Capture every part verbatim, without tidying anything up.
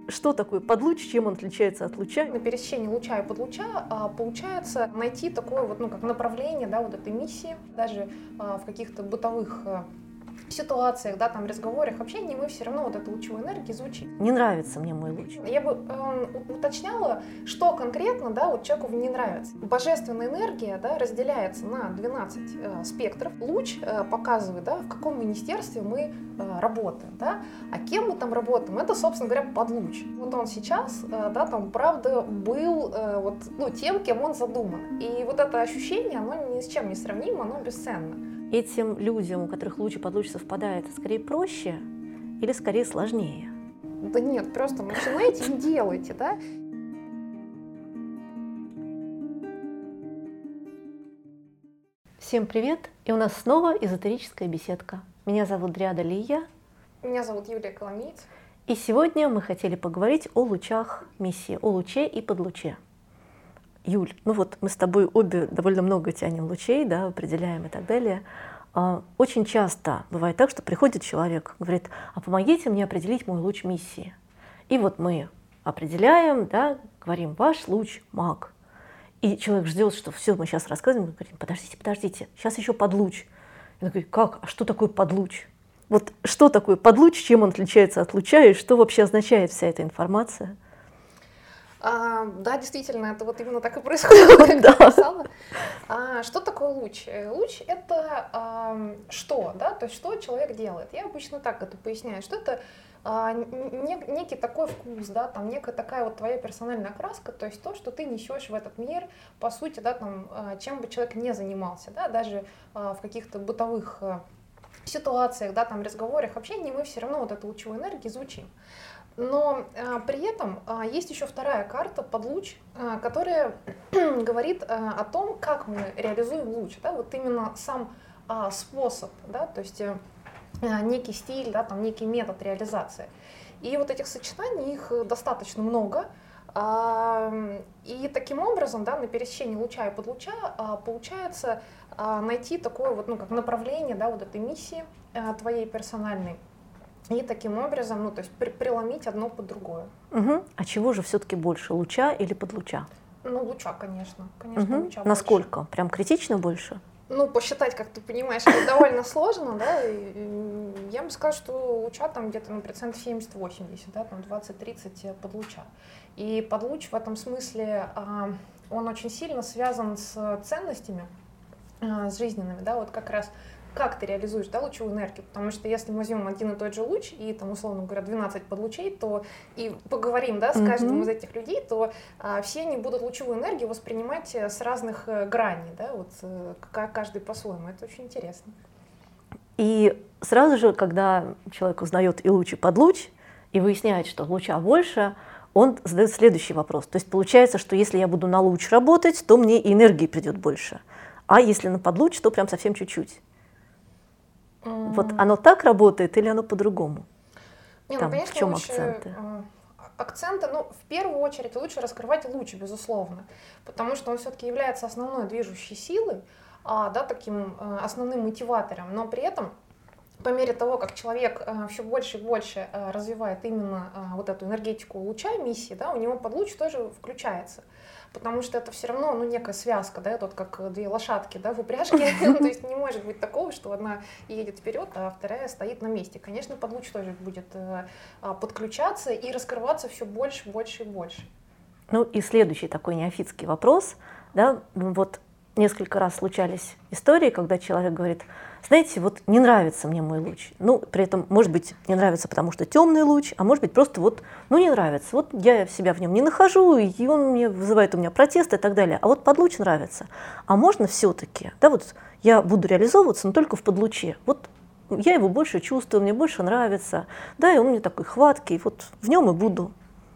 Что такое подлуч, чем он отличается от луча? На пересечении луча и подлуча а, получается найти такое вот, ну, как направление, да, вот этой миссии, даже а, в каких-то бытовых а, ситуациях, да, там, разговорах, общении мы все равно вот эту лучевую энергию изучим. Не нравится мне мой луч. Я бы э, уточняла, что конкретно, да, вот человеку не нравится. Божественная энергия, да, разделяется на двенадцать э, спектров. Луч э, показывает, да, в каком министерстве мы э, работаем, да, а кем мы там работаем, это, собственно говоря, подлуч. Вот он сейчас, э, да, там, правда, был э, вот, ну, тем, кем он задуман. И вот это ощущение, оно ни с чем не сравнимо, оно бесценно. Этим людям, у которых луч и подлуч совпадает, скорее проще или скорее сложнее? Да нет, просто начинайте и делайте, да. Всем привет! И у нас снова эзотерическая беседка. Меня зовут Дриада Лия. Меня зовут Юлия Коломиец. И сегодня мы хотели поговорить о лучах миссии, о луче и подлуче. Юль, ну вот мы с тобой обе довольно много тянем лучей, да, определяем и так далее. Очень часто бывает так, что приходит человек, говорит: а помогите мне определить мой луч миссии. И вот мы определяем, да, говорим: ваш луч маг. И человек ждет, что все, мы сейчас рассказываем, мы говорим: подождите, подождите, сейчас еще подлуч. И он говорит: как, а что такое подлуч? Вот что такое подлуч, чем он отличается от луча, и что вообще означает вся эта информация? А, да, действительно, это вот именно так и происходит, как я написала. А, что такое луч? Луч — это а, что, да, то есть что человек делает. Я обычно так это поясняю, что это а, не, некий такой вкус, да, там некая такая вот твоя персональная окраска, то есть то, что ты несешь в этот мир, по сути, да, там, чем бы человек не занимался, да, даже а, в каких-то бытовых а, ситуациях, да, там, разговорах, общении мы все равно вот эту лучевую энергию изучим. Но а, при этом а, есть еще вторая карта, подлуч, а, которая говорит а, о том, как мы реализуем луч, да, вот именно сам а, способ, да, то есть а, некий стиль, да, там, некий метод реализации. И вот этих сочетаний, их достаточно много, а, и таким образом, да, на пересечении луча и подлуча а, получается а, найти такое вот, ну, как направление, да, вот этой миссии а, твоей персональной. И таким образом, ну, то есть при, преломить одно под другое. Угу. А чего же все-таки больше, луча или подлуча? Ну, луча, конечно. Конечно, угу. луча Насколько? больше. Прям критично больше? Ну, посчитать, как ты понимаешь, это довольно сложно, да. И я бы сказала, что луча там где-то на процентов семьдесят-восемьдесят, да, там двадцать-тридцать подлуча. И подлуч в этом смысле, он очень сильно связан с ценностями, с жизненными, да, вот как раз. Как ты реализуешь, да, лучевую энергию, потому что если мы возьмем один и тот же луч и там, условно говоря, двенадцать подлучей, то и поговорим, да, с mm-hmm. каждым из этих людей, то а, все они будут лучевую энергию воспринимать с разных э, граней, да, вот э, каждый по-своему. Это очень интересно. И сразу же, когда человек узнает и луч, и подлуч, и выясняет, что луча больше, он задает следующий вопрос. То есть получается, что если я буду на луч работать, то мне и энергии придет больше, а если на подлуч, то прям совсем чуть-чуть. Вот оно так работает или оно по-другому? Не, Там, ну, конечно, в чем лучше, акценты? Акценты, ну, в первую очередь лучше раскрывать луч, безусловно, потому что он все-таки является основной движущей силой, а, да, таким а, основным мотиватором, но при этом по мере того, как человек а, все больше и больше а, развивает именно а, вот эту энергетику луча, миссии, да, у него подлуч тоже включается. Потому что это все равно, ну, некая связка, да, это вот как две лошадки, да, в упряжке, то есть не может быть такого, что одна едет вперед, а вторая стоит на месте. Конечно, подлуч тоже будет подключаться и раскрываться все больше, больше и больше. Ну и следующий такой неофитский вопрос, да, вот несколько раз случались истории, когда человек говорит: знаете, вот не нравится мне мой луч. Ну, при этом, может быть, не нравится, потому что темный луч, а может быть, просто вот, ну, не нравится. Вот я себя в нем не нахожу, и он мне вызывает у меня протест и так далее. А вот подлуч нравится. А можно все-таки, да, вот я буду реализовываться, но только в подлуче. Вот я его больше чувствую, мне больше нравится, да, и он мне такой хваткий, вот в нем и буду.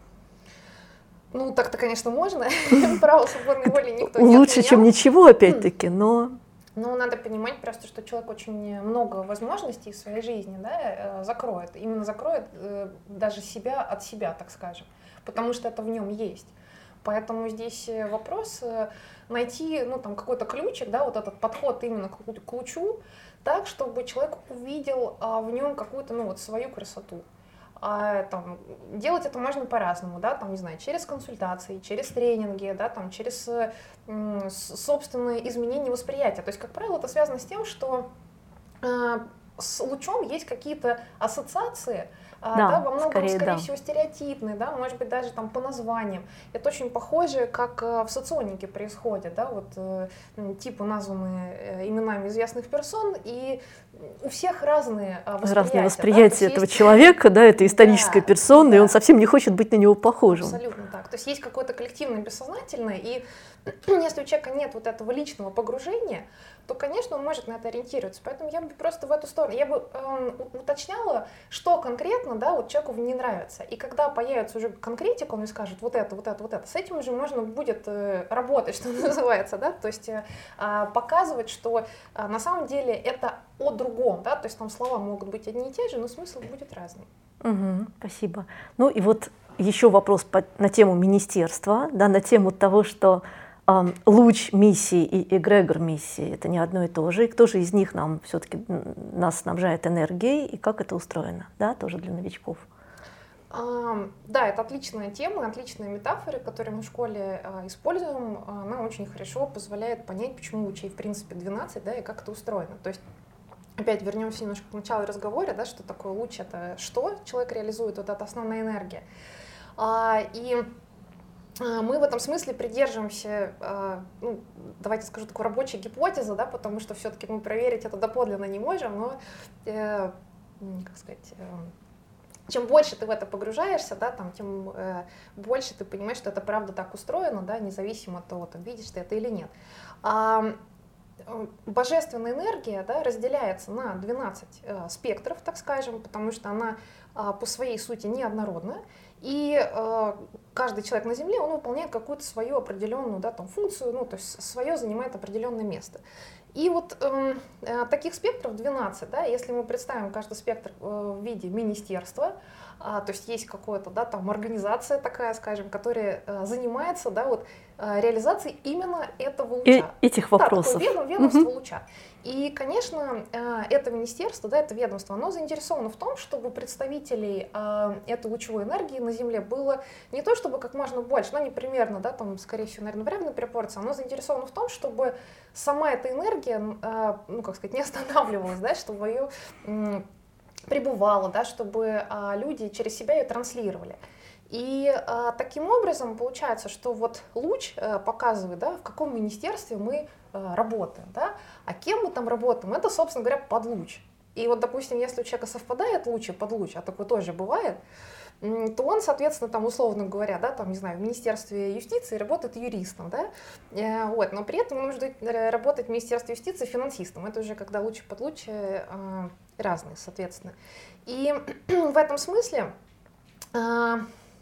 Ну, так-то, конечно, можно. Право свободной воли никто не отменял. Лучше, чем ничего, опять-таки, но... Ну, надо понимать просто, что человек очень много возможностей в своей жизни, да, закроет. Именно закроет даже себя от себя, так скажем, потому что это в нем есть. Поэтому здесь вопрос найти, ну, там, какой-то ключик, да, вот этот подход именно к лучу, так, чтобы человек увидел в нем какую-то, ну, вот свою красоту. А, там, делать это можно по-разному, да, там, не знаю, через консультации, через тренинги, да, там, через м, собственные изменения восприятия. То есть, как правило, это связано с тем, что э, с лучом есть какие-то ассоциации, да, да, во многом, скорее, скорее да. всего, стереотипные, да, может быть, даже там по названиям. Это очень похоже, как в соционике происходит, да, вот э, типы названы э, именами известных персон, и у всех разные э, восприятия. Разные восприятия да, этого есть... человека, да, это историческая да, персона, да. и он совсем не хочет быть на него похожим. Абсолютно так. То есть есть какое-то коллективное бессознательное, и если у человека нет вот этого личного погружения, то, конечно, он может на это ориентироваться. Поэтому я бы просто в эту сторону, я бы э, уточняла, что конкретно, да, вот человеку не нравится. И когда появится уже конкретика, он мне скажет вот это, вот это, вот это, с этим уже можно будет э, работать, что называется, да, то есть э, показывать, что э, на самом деле это о другом, да, то есть там слова могут быть одни и те же, но смысл будет разный. Угу, спасибо. Ну и вот еще вопрос по, на тему министерства, да, на тему того, что э, луч миссии и эгрегор миссии — это не одно и то же, и кто же из них нам все-таки нас снабжает энергией, и как это устроено, да, тоже для новичков. А, да, это отличная тема, отличные метафоры, которые мы в школе а, используем. Она очень хорошо позволяет понять, почему лучей в принципе двенадцать, да, и как это устроено. То есть опять вернемся немножко к началу разговора, да, что такое луч, это что человек реализует, вот это основная энергия. А, и а, мы в этом смысле придерживаемся, а, ну, давайте скажу, такой рабочей гипотезы, да, потому что все-таки мы проверить это доподлинно не можем, но, э, как сказать, э, чем больше ты в это погружаешься, да, там, тем э, больше ты понимаешь, что это правда так устроено, да, независимо от того, там, видишь ты это или нет. А, божественная энергия, да, разделяется на двенадцать э, спектров, так скажем, потому что она э, по своей сути неоднородная, и э, каждый человек на Земле, он выполняет какую-то свою определенную, да, там, функцию, ну, то есть свое занимает определенное место. И вот э, э, таких спектров двенадцать, да, если мы представим каждый спектр э, в виде министерства, э, то есть есть какая-то, да, там организация такая, скажем, которая э, занимается, да, вот, э, реализацией именно этого луча. И этих вопросов. Да, такое ведомство угу. луча. И, конечно, э, это министерство, да, это ведомство, оно заинтересовано в том, чтобы представителей э, этой лучевой энергии на Земле было не то, чтобы как можно больше, но не примерно, да, там, скорее всего, наверное, в равной пропорции, оно заинтересовано в том, чтобы сама эта энергия, э, ну, как сказать, не останавливалась, да, чтобы ее э, пребывала, да, чтобы э, люди через себя ее транслировали. И э, таким образом получается, что вот луч э, показывает, да, в каком министерстве мы э, работаем, да, а кем мы там работаем, это, собственно говоря, подлуч. И вот, допустим, если у человека совпадает луч и подлуч, а такое тоже бывает, то он, соответственно, там, условно говоря, да, там, не знаю, в Министерстве юстиции работает юристом, да, э, вот, но при этом он может работать в Министерстве юстиции финансистом. Это уже когда луч и подлуч э, разные, соответственно. И в этом смысле э,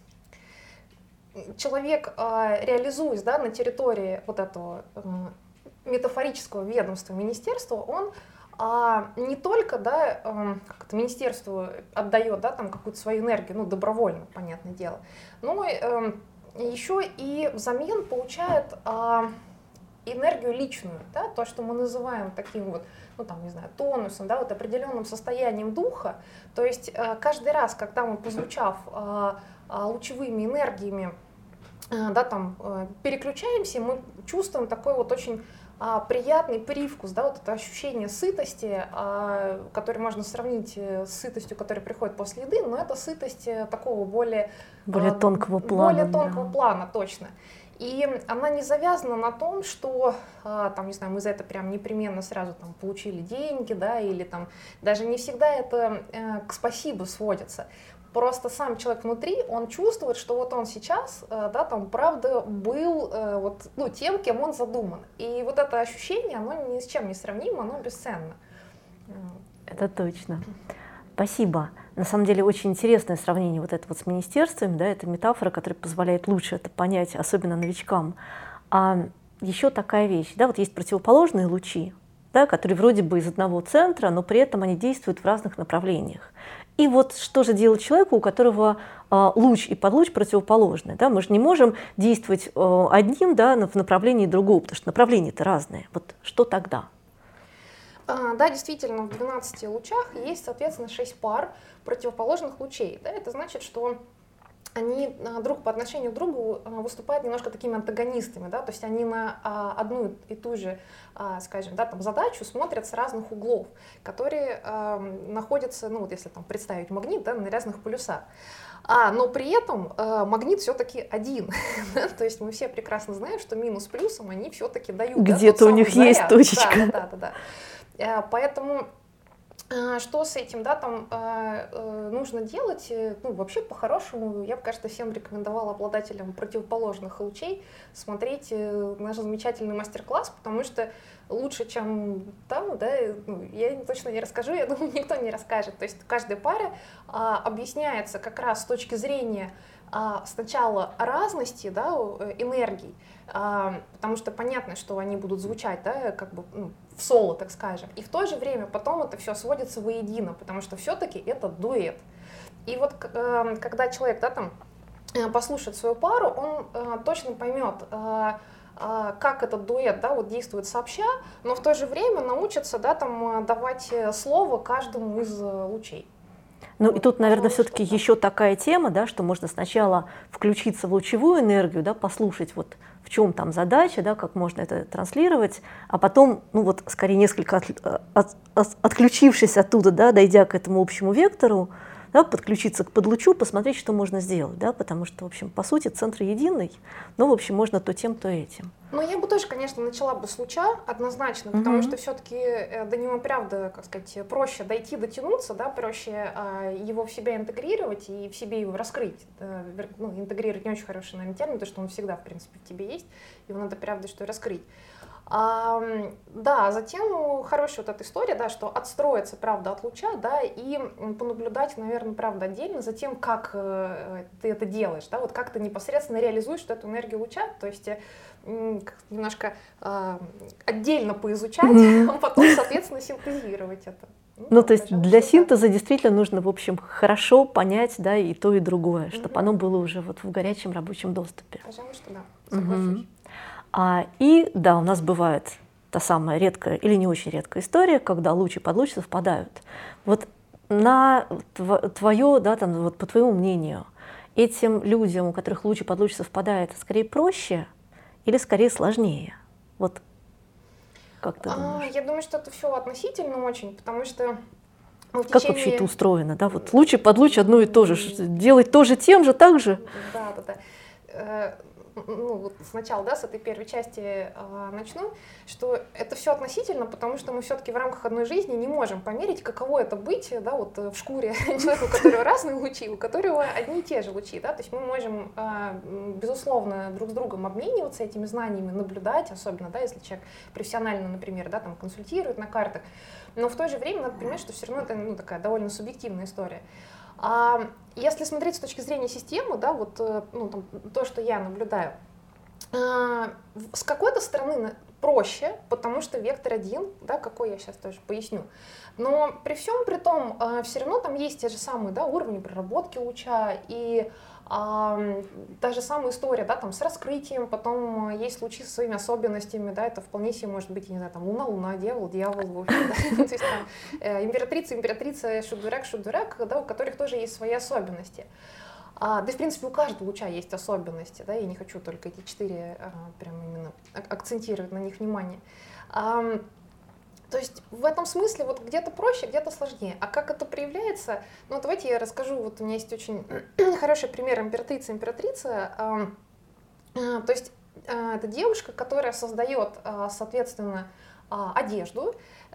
человек, э, реализуясь, да, на территории вот этого э, метафорического ведомства, министерства, он а не только, да, э, как это министерству отдает, да, там какую-то свою энергию, ну, добровольно, понятное дело, но э, еще и взамен получает э, энергию личную, да, то, что мы называем таким вот, ну, там, не знаю, тонусом, да, вот определенным состоянием духа. То есть э, каждый раз, когда мы, позвучав э, э, лучевыми энергиями, э, да, там, э, переключаемся, мы чувствуем такой вот очень а, приятный привкус, да, вот это ощущение сытости, а, которое можно сравнить с сытостью, которая приходит после еды, но это сытость такого более, более а, тонкого плана. Более тонкого да. плана, точно. И она не завязана на том, что, а, там, не знаю, мы за это прям непременно сразу там получили деньги, да, или там даже не всегда это э, к спасибо сводится. Просто сам человек внутри, он чувствует, что вот он сейчас, да, там, правда, был вот, ну, тем, кем он задуман. И вот это ощущение, оно ни с чем не сравнимо, оно бесценно. Это точно. Спасибо. На самом деле очень интересное сравнение вот это вот с министерствами, да, это метафора, которая позволяет лучше это понять, особенно новичкам. А еще такая вещь, да, вот есть противоположные лучи, да, которые вроде бы из одного центра, но при этом они действуют в разных направлениях. И вот что же делать человеку, у которого э, луч и подлуч противоположны? Да? Мы же не можем действовать э, одним, да, в направлении другого, потому что направления-то разные. Вот что тогда? А, да, действительно, в двенадцати лучах есть, соответственно, шесть пар противоположных лучей. Да? Это значит, что они друг по отношению к другу выступают немножко такими антагонистами, да, то есть они на а, одну и ту же, а, скажем, да, там, задачу смотрят с разных углов, которые а, находятся, ну вот если там представить магнит, да, на разных полюсах. А, но при этом а, магнит все-таки один, то есть мы все прекрасно знаем, что минус плюсом они все-таки дают. Где-то да, у них заряд. есть точечка. Да, да, да, да, да. Поэтому что с этим, да, там э, нужно делать? Ну, вообще, по-хорошему, я бы, кажется, всем рекомендовала обладателям противоположных лучей смотреть наш замечательный мастер-класс, потому что лучше, чем там, да, ну, я точно не расскажу, я думаю, никто не расскажет. То есть каждая пара а, объясняется как раз с точки зрения а, сначала разности, да, энергий, а, потому что понятно, что они будут звучать, да, как бы, ну, в соло, так скажем, и в то же время потом это все сводится воедино, потому что все-таки это дуэт. И вот э, когда человек, да, там, послушает свою пару, он э, точно поймет, э, э, как этот дуэт, да, вот действует сообща, но в то же время научится, да, там, давать слово каждому из лучей. Ну вот, и тут, наверное, все-таки еще такая тема, да, что можно сначала включиться в лучевую энергию, да, послушать, вот в чем там задача, да, как можно это транслировать, а потом, ну вот, скорее несколько от, от, от, отключившись оттуда, да, дойдя к этому общему вектору, да, подключиться к подлучу, посмотреть, что можно сделать, да, потому что, в общем, по сути, центр единый, но, в общем, можно то тем, то этим. Ну, я бы тоже, конечно, начала бы с луча однозначно, потому uh-huh. что все-таки до него, правда, как сказать, проще дойти, дотянуться, да, проще а, его в себя интегрировать и в себе его раскрыть. А, ну, интегрировать не очень хороший, наверное, термин, потому что он всегда, в принципе, в тебе есть, его надо, правда, что и раскрыть. А, да, затем хорошая вот эта история, да, что отстроиться, правда, от луча, да, и понаблюдать, наверное, правда, отдельно за тем, как э, ты это делаешь, да, вот как ты непосредственно реализуешь эту энергию луча, то есть э, немножко э, отдельно поизучать, mm-hmm. а потом, соответственно, синтезировать это. Ну, ну то есть для синтеза так. Действительно нужно, в общем, хорошо понять, да, и то, и другое, чтобы mm-hmm. оно было уже вот в горячем рабочем доступе. Пожалуй, что да, соглашусь. Mm-hmm. А, и да, у нас бывает та самая редкая или не очень редкая история, когда луч и подлуч совпадают. Вот на твое, да, там, вот по твоему мнению, этим людям, у которых луч и подлуч совпадает, скорее проще или скорее сложнее? Вот как ты думаешь? А, я думаю, что это все относительно очень, потому что в течение... Как вообще это устроено? Да? Вот луч и подлуч одно и то же. Делать тоже тем же, так же? Да, да, да. Ну, вот сначала, да, с этой первой части э, начну, что это все относительно, потому что мы все-таки в рамках одной жизни не можем померить, каково это быть, да, вот в шкуре человека, у которого разные лучи, у которого одни и те же лучи, да, то есть мы можем, э, безусловно, друг с другом обмениваться этими знаниями, наблюдать, особенно, да, если человек профессионально, например, да, там консультирует на картах, но в то же время надо понимать, что все равно это, ну, такая довольно субъективная история. А если смотреть с точки зрения системы, да, вот, ну, там, то, что я наблюдаю, а, с какой-то стороны проще, потому что вектор один, да, какой я сейчас тоже поясню, но при всем при том, а, все равно там есть те же самые, да, уровни проработки луча и а, та же самая история, да, там, с раскрытием, потом есть лучи со своими особенностями, да, это вполне себе может быть, не знаю, там, луна, луна, дьявол, дьявол, в общем, да, то есть там императрица, императрица, шут-дурак, шут-дурак, да, у которых тоже есть свои особенности. А, да, в принципе, у каждого луча есть особенности, да, я не хочу только эти четыре а, прям именно акцентировать на них внимание. А, то есть в этом смысле вот где-то проще, где-то сложнее. А как это проявляется? Ну, давайте я расскажу. Вот у меня есть очень хороший пример императрица, императрица. А, а, то есть а, это девушка, которая создает, а, соответственно, а, одежду,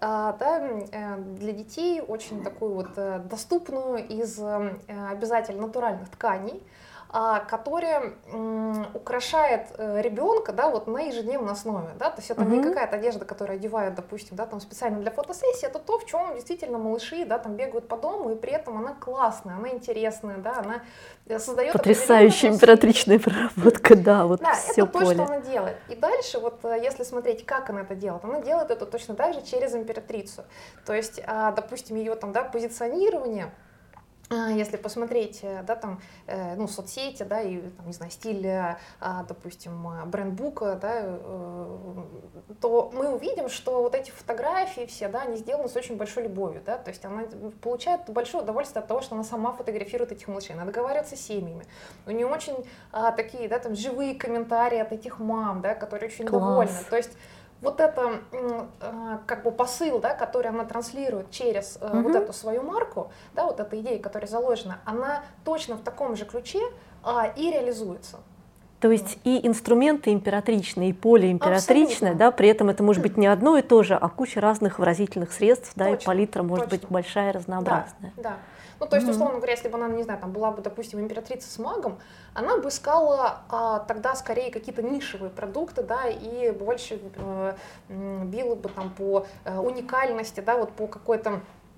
да, для детей, очень такую вот доступную из обязательно натуральных тканей, которая украшает ребенка, да, вот на ежедневной основе, да, то есть это uh-huh. не какая-то одежда, которую одевают, допустим, да, там специально для фотосессии, это то, в чем действительно малыши, да, там бегают по дому, и при этом она классная, она интересная, да, она создает потрясающая императричная проработка, да, вот да, все это поле. то, что она делает. И дальше, вот если смотреть, как она это делает, она делает это точно так же через императрицу, то есть, допустим, ее там, да, позиционирование. Если посмотреть, да, там, ну, соцсети, да, и, там, не знаю, стиль, допустим, брендбука, да, то мы увидим, что вот эти фотографии все, да, они сделаны с очень большой любовью, да, то есть она получает большое удовольствие от того, что она сама фотографирует этих малышей, она договаривается с семьями, у нее очень а, такие, да, там, живые комментарии от этих мам, да, которые очень Класс. довольны, то есть вот это как бы посыл, да, который она транслирует через uh-huh. вот эту свою марку, да, вот эта идея, которая заложена, она точно в таком же ключе а, и реализуется. То есть и инструменты императричные, и поле императричное, да, при этом это может быть не одно и то же, а куча разных выразительных средств, да, точно, и палитра может точно. быть большая, разнообразная. Да, да. Ну, то есть, условно говоря, если бы она, не знаю, там была бы, допустим, императрица с магом, она бы искала а, тогда скорее какие-то нишевые продукты, да, и больше э, била бы там по э, уникальности, да, вот по какой-то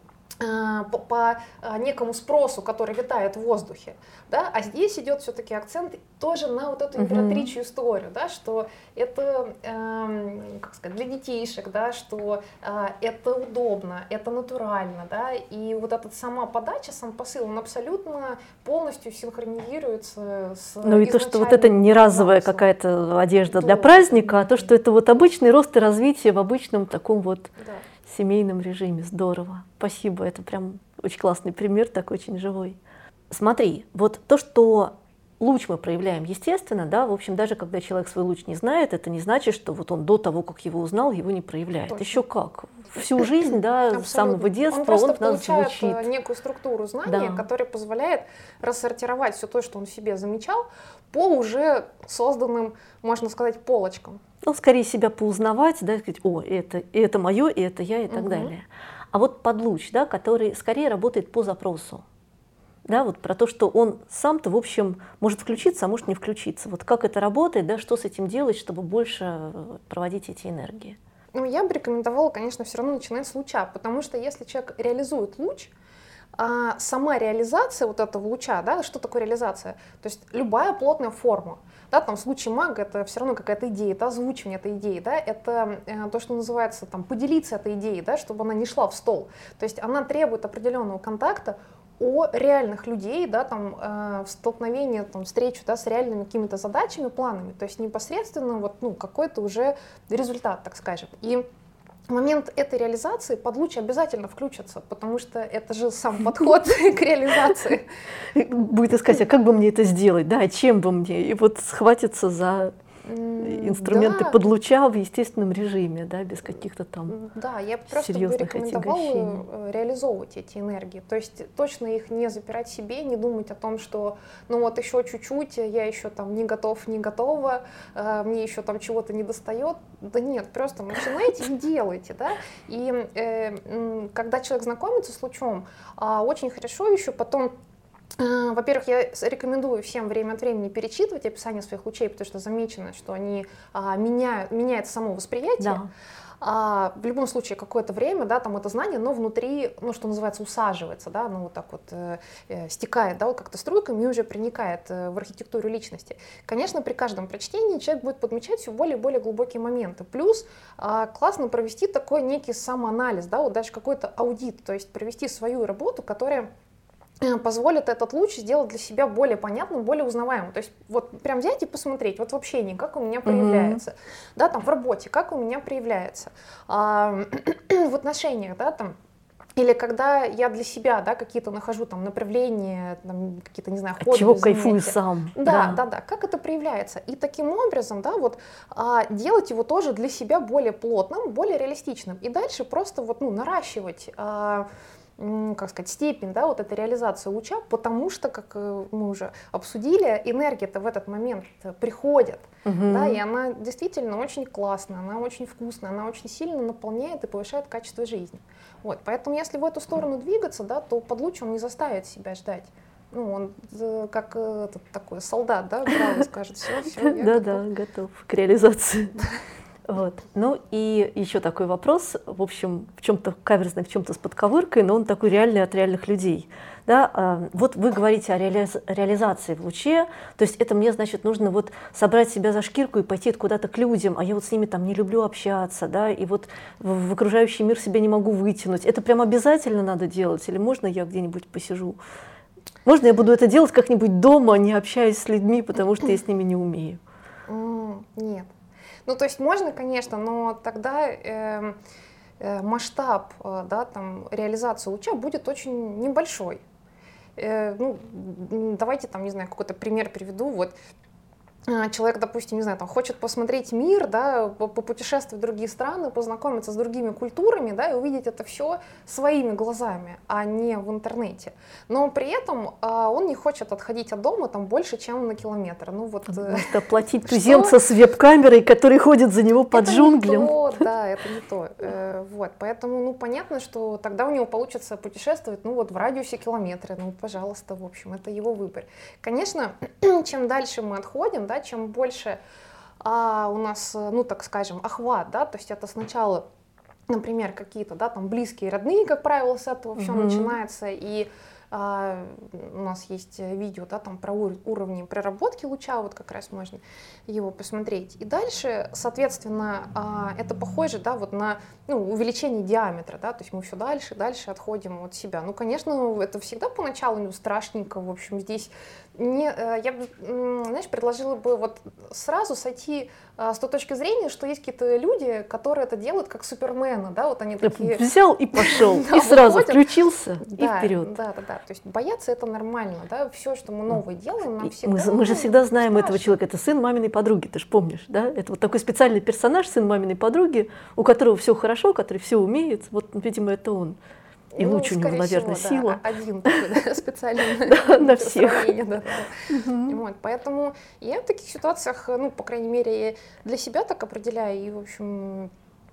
По, по некому спросу, который витает в воздухе, да, а здесь идет все-таки акцент тоже на вот эту императричью uh-huh. историю, да, что это, э, как сказать, для детишек, да, что э, это удобно, это натурально, да, и вот эта сама подача, сам посыл, он абсолютно полностью синхронизируется с Ну и то, что вот это не разовая какая-то одежда для праздника, а то, что это вот обычный рост и развитие в обычном таком вот да. семейном режиме. Здорово. Спасибо. Это прям очень классный пример, такой очень живой. Смотри, вот то, что луч мы проявляем естественно, да, в общем, даже когда человек свой луч не знает, это не значит, что вот он до того, как его узнал, его не проявляет. Точно. Еще как. Всю жизнь, да, с самого детства он, он в нас звучит. Он получает некую структуру знания, да. которая позволяет рассортировать все то, что он в себе замечал, по уже созданным, можно сказать, полочкам. Ну, скорее себя поузнавать, да, сказать, о, это, это мое, и это я, и так угу. далее. А вот подлуч, да, который скорее работает по запросу. Да, вот про то, что он сам-то, в общем, может включиться, а может не включиться. Вот как это работает, да, что с этим делать, чтобы больше проводить эти энергии? Ну, я бы рекомендовала, конечно, все равно начинать с луча, потому что если человек реализует луч, а сама реализация вот этого луча, да, что такое реализация? То есть любая плотная форма. Да, там в случае мага это все равно какая-то идея, это озвучивание этой идеи, да, это э, то, что называется там, поделиться этой идеей, да, чтобы она не шла в стол. То есть она требует определенного контакта о реальных людей, да, там, э, в столкновении, там, встречу, да, с реальными какими-то задачами, планами, то есть непосредственно вот, ну, какой-то уже результат, так скажем. И в момент этой реализации подлуч обязательно включится, потому что это же сам подход к реализации. Будет искать, а как бы мне это сделать, да, чем бы мне, и вот схватиться за инструменты да. подлуча в естественном режиме, да, без каких-то там Да, я просто бы рекомендовала реализовывать эти энергии, то есть точно их не запирать в себе, не думать о том, что ну вот еще чуть-чуть, я еще там не готов, не готова, мне еще там чего-то не достает. Да нет, просто начинайте и делайте, да, и э, когда человек знакомится с лучом, очень хорошо еще потом. Во-первых, я рекомендую всем время от времени перечитывать описание своих лучей, потому что замечено, что они а, меняют, меняет само восприятие. Да. А, в любом случае, какое-то время, да, там это знание, но внутри, ну, что называется, усаживается, да, ну, вот так вот э, э, стекает, да, вот как-то струйками и уже проникает э, в архитектуру личности. Конечно, при каждом прочтении человек будет подмечать все более и более глубокие моменты. Плюс э, классно провести такой некий самоанализ, да, вот даже какой-то аудит, то есть провести свою работу, которая позволит этот луч сделать для себя более понятным, более узнаваемым. То есть вот прям взять и посмотреть, вот в общении, как у меня проявляется, mm-hmm. да, там в работе, как у меня проявляется, а, в отношениях, да, там, или когда я для себя, да, какие-то нахожу там направления, там, какие-то, не знаю, хобби, от чего кайфую сам. Да, да, да, да, как это проявляется. И таким образом, да, вот а, делать его тоже для себя более плотным, более реалистичным. И дальше просто вот, ну, наращивать а, как сказать, степень, да, вот этой реализации луча, потому что, как мы уже обсудили, энергия-то в этот момент приходит, угу. да, и она действительно очень классная, она очень вкусная, она очень сильно наполняет и повышает качество жизни. Вот, поэтому если в эту сторону двигаться, да, то подлуч он не заставит себя ждать. Ну, он как этот такой солдат, да, браво, скажет, все, все, я да, да, готов к реализации. Вот. Ну и еще такой вопрос, в общем, в чем-то каверзный, в чем-то с подковыркой, но он такой реальный от реальных людей. Да? Вот вы говорите о реали- реализации в луче, то есть это мне, значит, нужно вот собрать себя за шкирку и пойти куда-то к людям, а я вот с ними там не люблю общаться, да, и вот в, в окружающий мир себя не могу вытянуть. Это прям обязательно надо делать или можно я где-нибудь посижу Можно я буду это делать как-нибудь дома, не общаясь с людьми, потому что я с ними не умею? Нет. Ну, то есть можно, конечно, но тогда э, э, масштаб э, да, там, реализации луча будет очень небольшой. Э, ну, давайте, там, не знаю, какой-то пример приведу. Вот человек, допустим, не знаю, там, хочет посмотреть мир, да, попутешествовать в другие страны, познакомиться с другими культурами, да, и увидеть это все своими глазами, а не в интернете. Но при этом а, он не хочет отходить от дома там больше, чем на километр. Ну, вот, может оплатить туземца с веб-камерой, который ходит за него по это джунглям. Не то, да, это не то. Вот, поэтому, ну, понятно, что тогда у него получится путешествовать, ну, вот в радиусе километра. Ну, пожалуйста, в общем, это его выбор. Конечно, чем дальше мы отходим, да, чем больше а, у нас, ну, так скажем, охват, да, то есть это сначала, например, какие-то, да, там близкие, родные, как правило, с этого все mm-hmm. начинается, и а, у нас есть видео, да, там про ур- уровни проработки луча, вот как раз можно его посмотреть. И дальше, соответственно, а, это похоже, да, вот на, ну, увеличение диаметра, да, то есть мы все дальше, дальше отходим от себя. Ну, конечно, это всегда поначалу ну, страшненько, в общем, здесь не, я бы, знаешь, предложила бы вот сразу сойти а, с той точки зрения, что есть какие-то люди, которые это делают как супермены, да, вот они такие... Взял и пошел, и сразу включился, и вперед. Да, да, да, то есть бояться это нормально, да, все, что мы новое делаем, нам всегда... Мы, мы же всегда знаем этого человека, это сын маминой подруги, ты же помнишь, да, это вот такой специальный персонаж, сын маминой подруги, у которого все хорошо, который все умеет, вот, видимо, это он. И ну, луч у него, наверное, всего, сила. Да, один такой, да, специальный на всех. Да, да. Вот, поэтому я в таких ситуациях, ну, по крайней мере, для себя так определяю, и, в общем,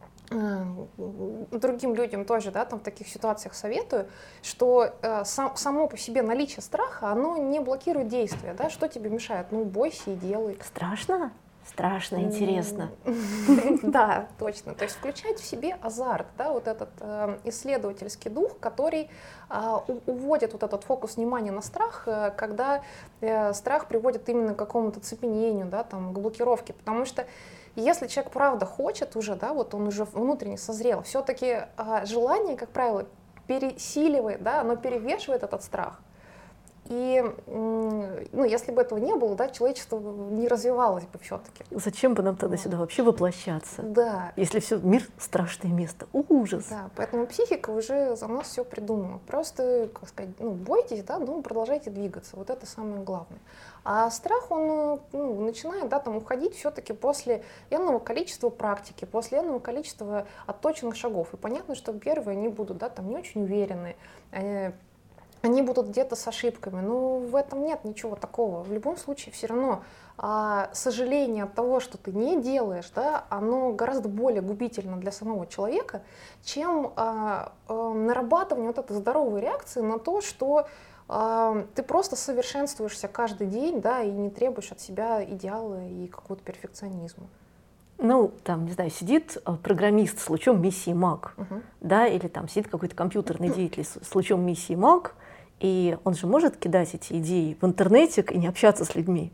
другим людям тоже, да, там в таких ситуациях советую, что э, сам, само по себе наличие страха, оно не блокирует действия, да, что тебе мешает? Ну, бойся и делай. Страшно? Страшно, интересно. Да, точно. То есть включать в себе азарт, да, вот этот э, исследовательский дух, который э, уводит вот этот фокус внимания на страх, э, когда э, страх приводит именно к какому-то цепенению, да, там, к блокировке, потому что если человек правда хочет уже, да, вот он уже внутренне созрел, все-таки э, желание, как правило, пересиливает, да, оно перевешивает этот страх. И, ну, если бы этого не было, да, человечество не развивалось бы все-таки. Зачем бы нам тогда сюда вообще воплощаться? Да. Если все, мир страшное место, ужас. Да, поэтому психика уже за нас все придумала. Просто, как сказать, ну, бойтесь, да, но продолжайте двигаться. Вот это самое главное. А страх, он ну, начинает, да, там, уходить все-таки после энного количества практики, после энного количества отточенных шагов. И понятно, что первые они будут, да, там, не очень уверенные. Они будут где-то с ошибками, но в этом нет ничего такого. В любом случае все равно а, сожаление от того, что ты не делаешь, да, оно гораздо более губительно для самого человека, чем а, а, нарабатывание вот этой здоровой реакции на то, что а, ты просто совершенствуешься каждый день, да, и не требуешь от себя идеала и какого-то перфекционизма. Ну, там, не знаю, сидит программист с лучом миссии Мак, uh-huh. да, или там сидит какой-то компьютерный деятель с лучом миссии Мак, и он же может кидать эти идеи в интернетик и не общаться с людьми?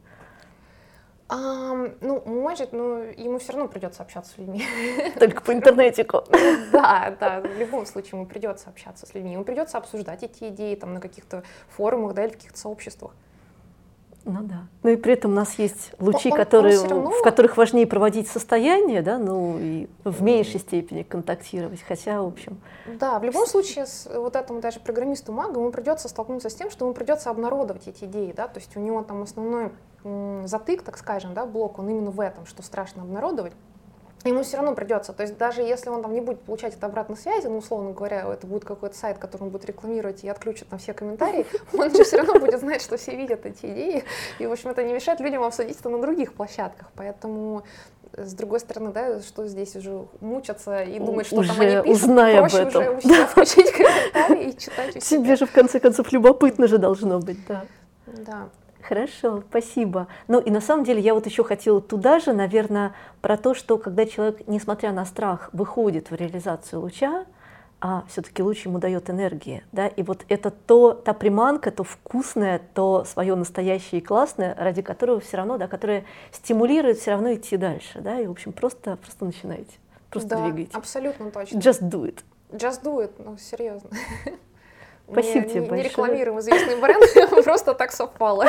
Um, ну, может, но ему все равно придется общаться с людьми. Только по интернетику. Да, да, в любом случае ему придется общаться с людьми, ему придется обсуждать эти идеи там на каких-то форумах, да, или в каких-то сообществах. Ну да. Ну и при этом у нас есть лучи, он, которые, он равно... в которых важнее проводить состояние, да, ну и в меньшей степени контактировать, хотя, в общем... Да, в любом случае, с вот этому даже программисту-магу ему придется столкнуться с тем, что ему придется обнародовать эти идеи, да, то есть у него там основной м, затык, так скажем, да, блок, он именно в этом, что страшно обнародовать. Ему все равно придется, то есть даже если он там не будет получать это обратной связи, ну, условно говоря, это будет какой-то сайт, который он будет рекламировать и отключит там все комментарии, он же все равно будет знать, что все видят эти идеи, и, в общем, это не мешает людям обсудить это на других площадках, поэтому, с другой стороны, да, что здесь уже мучаться и думать, что уже там они пишут, узнай проще об этом. уже у себя включить комментарии и читать у себя. Тебе же, в конце концов, любопытно же должно быть, да. Да. Хорошо, спасибо. Ну и на самом деле я вот еще хотела туда же, наверное, про то, что когда человек, несмотря на страх, выходит в реализацию луча, а все-таки луч ему дает энергии, да, и вот это то, та приманка, то вкусное, то свое настоящее и классное, ради которого все равно, да, которое стимулирует все равно идти дальше, да, и в общем просто, просто начинайте, просто да, двигайте. Абсолютно точно. Just do it. Just do it, ну серьезно. Спасибо Мы тебе не, большое. Не рекламируем известный бренд, просто так совпало.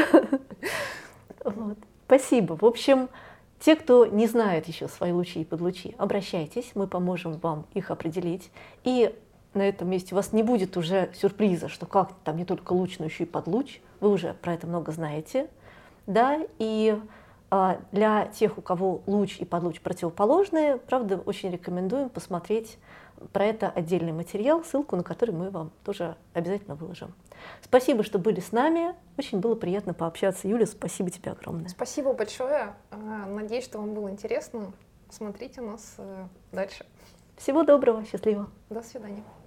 Вот. Спасибо. В общем, те, кто не знает еще свои лучи и подлучи, обращайтесь, мы поможем вам их определить. И на этом месте у вас не будет уже сюрприза, что как там не только луч, но еще и подлуч. Вы уже про это много знаете. Да? И а, для тех, у кого луч и подлуч противоположные, правда, очень рекомендуем посмотреть про это отдельный материал, ссылку на который мы вам тоже обязательно выложим. Спасибо, что были с нами. Очень было приятно пообщаться. Юля, спасибо тебе огромное. Спасибо большое. Надеюсь, что вам было интересно. Смотрите нас дальше. Всего доброго, счастливо. До свидания.